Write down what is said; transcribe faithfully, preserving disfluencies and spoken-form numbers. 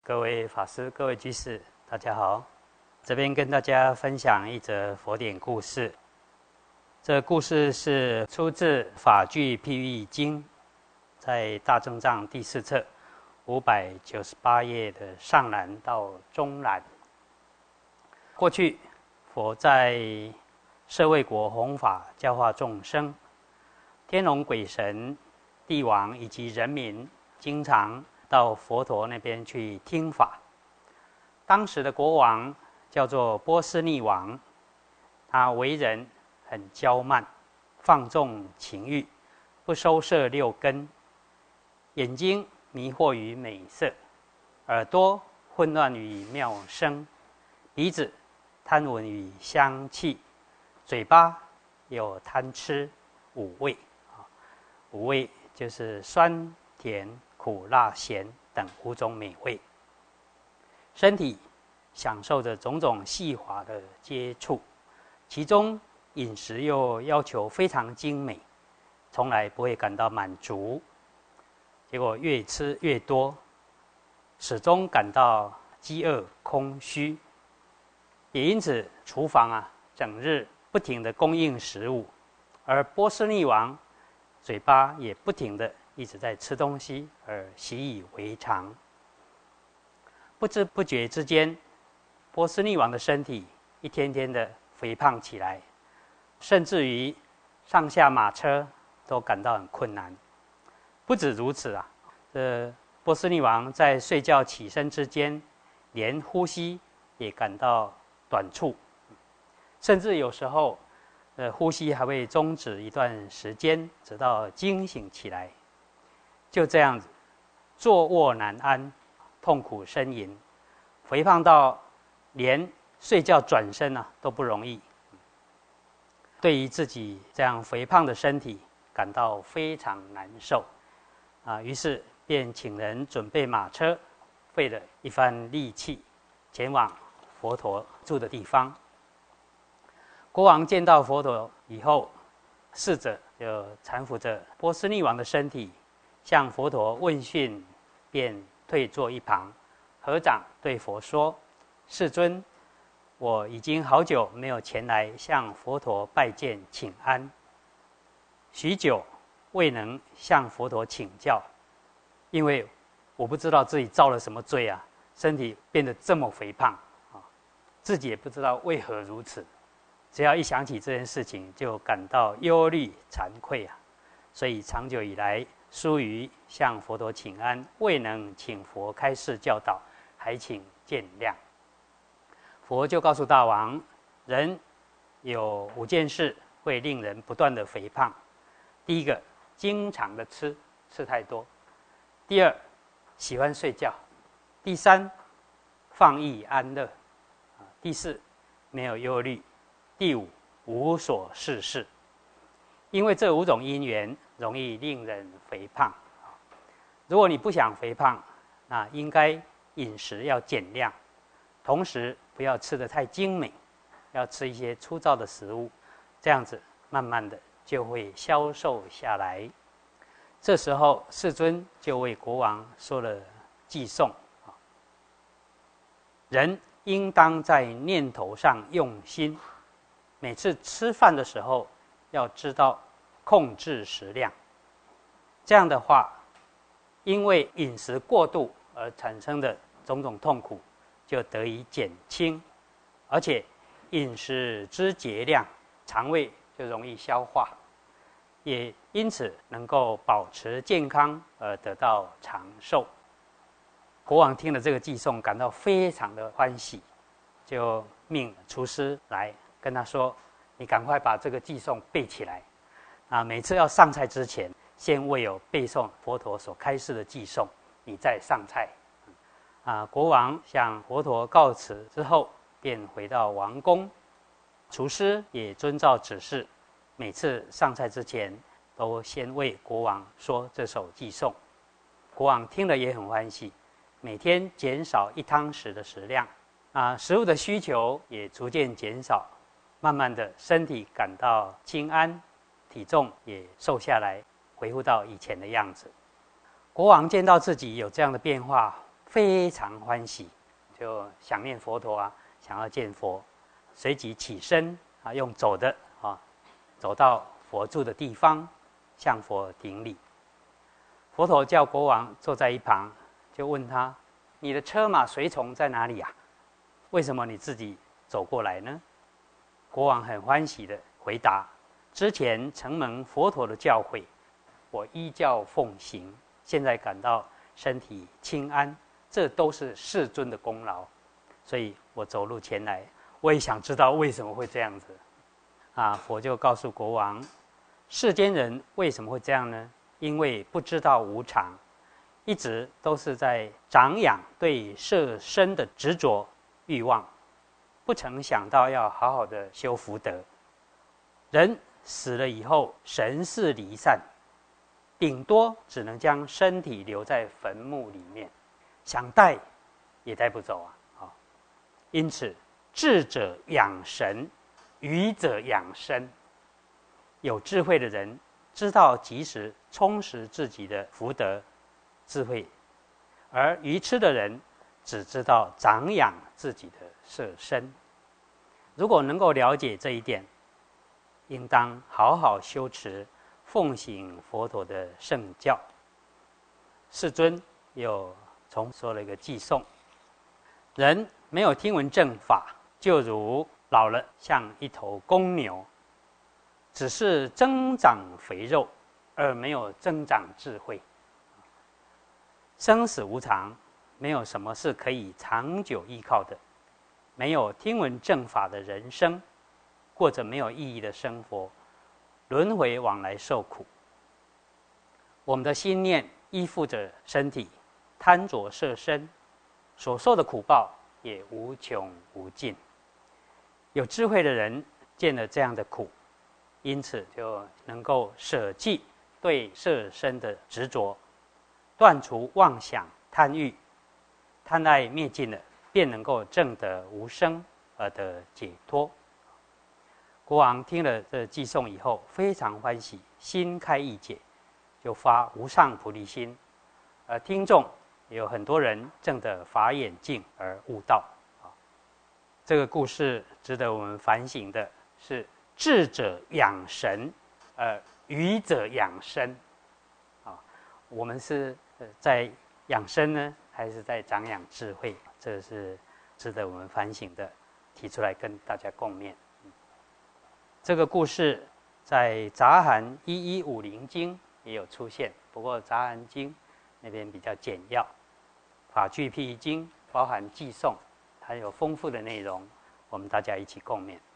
各位法师、各位居士，大家好。这边跟大家分享一则佛典故事。这故事是出自《法句譬喻经》，在大正藏第四册五百九十八页的上栏到中栏。过去佛在舍卫国弘法教化众生，天龙鬼神、帝王以及人民经常到佛陀那边去听法。当时的国王叫做波斯匿王，他为人很骄慢，放纵情欲，不收摄六根，眼睛迷惑于美色，耳朵混乱于妙声，鼻子贪闻于香气，嘴巴有贪吃五味，五味就是酸甜苦辣咸等五种美味。身体享受着种种细滑的接触，其中饮食又要求非常精美，从来不会感到满足，结果越吃越多，始终感到饥饿空虚，也因此厨房啊整日不停地供应食物，而波斯匿王嘴巴也不停地一直在吃东西，而习以为常。不知不觉之间，波斯匿王的身体一天天的肥胖起来，甚至于上下马车都感到很困难。不止如此啊，这波斯匿王在睡觉起身之间，连呼吸也感到短促，甚至有时候呃呼吸还会终止一段时间，直到惊醒起来。就这样子，坐卧难安，痛苦呻吟，肥胖到连睡觉转身啊都不容易。对于自己这样肥胖的身体感到非常难受啊，于是便请人准备马车，费了一番力气，前往佛陀住的地方。国王见到佛陀以后，侍者就搀扶着波斯匿王的身体，向佛陀问讯，便退坐一旁，合掌对佛说：“世尊，我已经好久没有前来向佛陀拜见请安，许久未能向佛陀请教，因为我不知道自己造了什么罪啊，身体变得这么肥胖啊，自己也不知道为何如此。只要一想起这件事情，就感到忧虑惭愧啊，所以长久以来疏于向佛陀请安，未能请佛开示教导，还请见谅。”佛就告诉大王，人有五件事会令人不断的肥胖。第一个，经常的吃，吃太多；第二，喜欢睡觉；第三，放逸安乐；第四，没有忧虑；第五，无所事事。因为这五种因缘容易令人肥胖。如果你不想肥胖，那应该饮食要减量，同时不要吃得太精美，要吃一些粗糙的食物，这样子慢慢的就会消瘦下来。这时候世尊就为国王说了偈颂：人应当在念头上用心，每次吃饭的时候要知道控制食量，这样的话，因为饮食过度而产生的种种痛苦就得以减轻，而且饮食之节量，肠胃就容易消化，也因此能够保持健康而得到长寿。国王听了这个偈颂，感到非常的欢喜，就命厨师来跟他说：“你赶快把这个偈颂背起来啊！每次要上菜之前，先为有背诵佛陀所开示的偈颂，你再上菜。”啊，国王向佛陀告辞之后，便回到王宫。厨师也遵照指示，每次上菜之前，都先为国王说这首偈颂。国王听了也很欢喜，每天减少一汤匙的食量，啊，食物的需求也逐渐减少，慢慢的身体感到轻安，体重也瘦下来，恢复到以前的样子。国王见到自己有这样的变化， 非常欢喜，就想念佛陀啊，想要见佛，随即起身啊，用走的啊，走到佛住的地方，向佛顶礼。佛陀叫国王坐在一旁，就问他：“你的车马随从在哪里呀？为什么你自己走过来呢？”国王很欢喜的回答：“之前承蒙佛陀的教诲，我依教奉行，现在感到身体轻安，这都是世尊的功劳，所以我走路前来。我也想知道为什么会这样子。”啊，佛就告诉国王：“世间人为什么会这样呢？因为不知道无常，一直都是在长养对色身的执着欲望，不曾想到要好好的修福德。人死了以后，神识离散，顶多只能将身体留在坟墓里面，想带也带不走啊！哦、因此，智者养神，愚者养身。有智慧的人知道及时充实自己的福德智慧，而愚痴的人只知道长养自己的色身。如果能够了解这一点，应当好好修持奉行佛陀的圣教。世尊又重说了一个偈颂：人没有听闻正法，就如老了像一头公牛，只是增长肥肉，而没有增长智慧。生死无常，没有什么是可以长久依靠的。没有听闻正法的人生，过着没有意义的生活，轮回往来受苦。我们的心念依附着身体，贪着色身，所受的苦报也无穷无尽。有智慧的人见了这样的苦，因此就能够舍弃对色身的执着，断除妄想贪欲，贪爱灭尽了，便能够证得无生而得解脱。国王听了这偈颂以后，非常欢喜，心开意解，就发无上菩提心。而听众也有很多人证得法眼净而悟道。这个故事值得我们反省的是：智者养神，而愚者养身。啊，我们是在养生呢，还是在长养智慧？这是值得我们反省的，提出来跟大家共勉。这个故事在《杂含一一五零经》也有出现，不过《杂含经》那边比较简要，《法句譬喻经》包含偈颂，它有丰富的内容，我们大家一起共勉。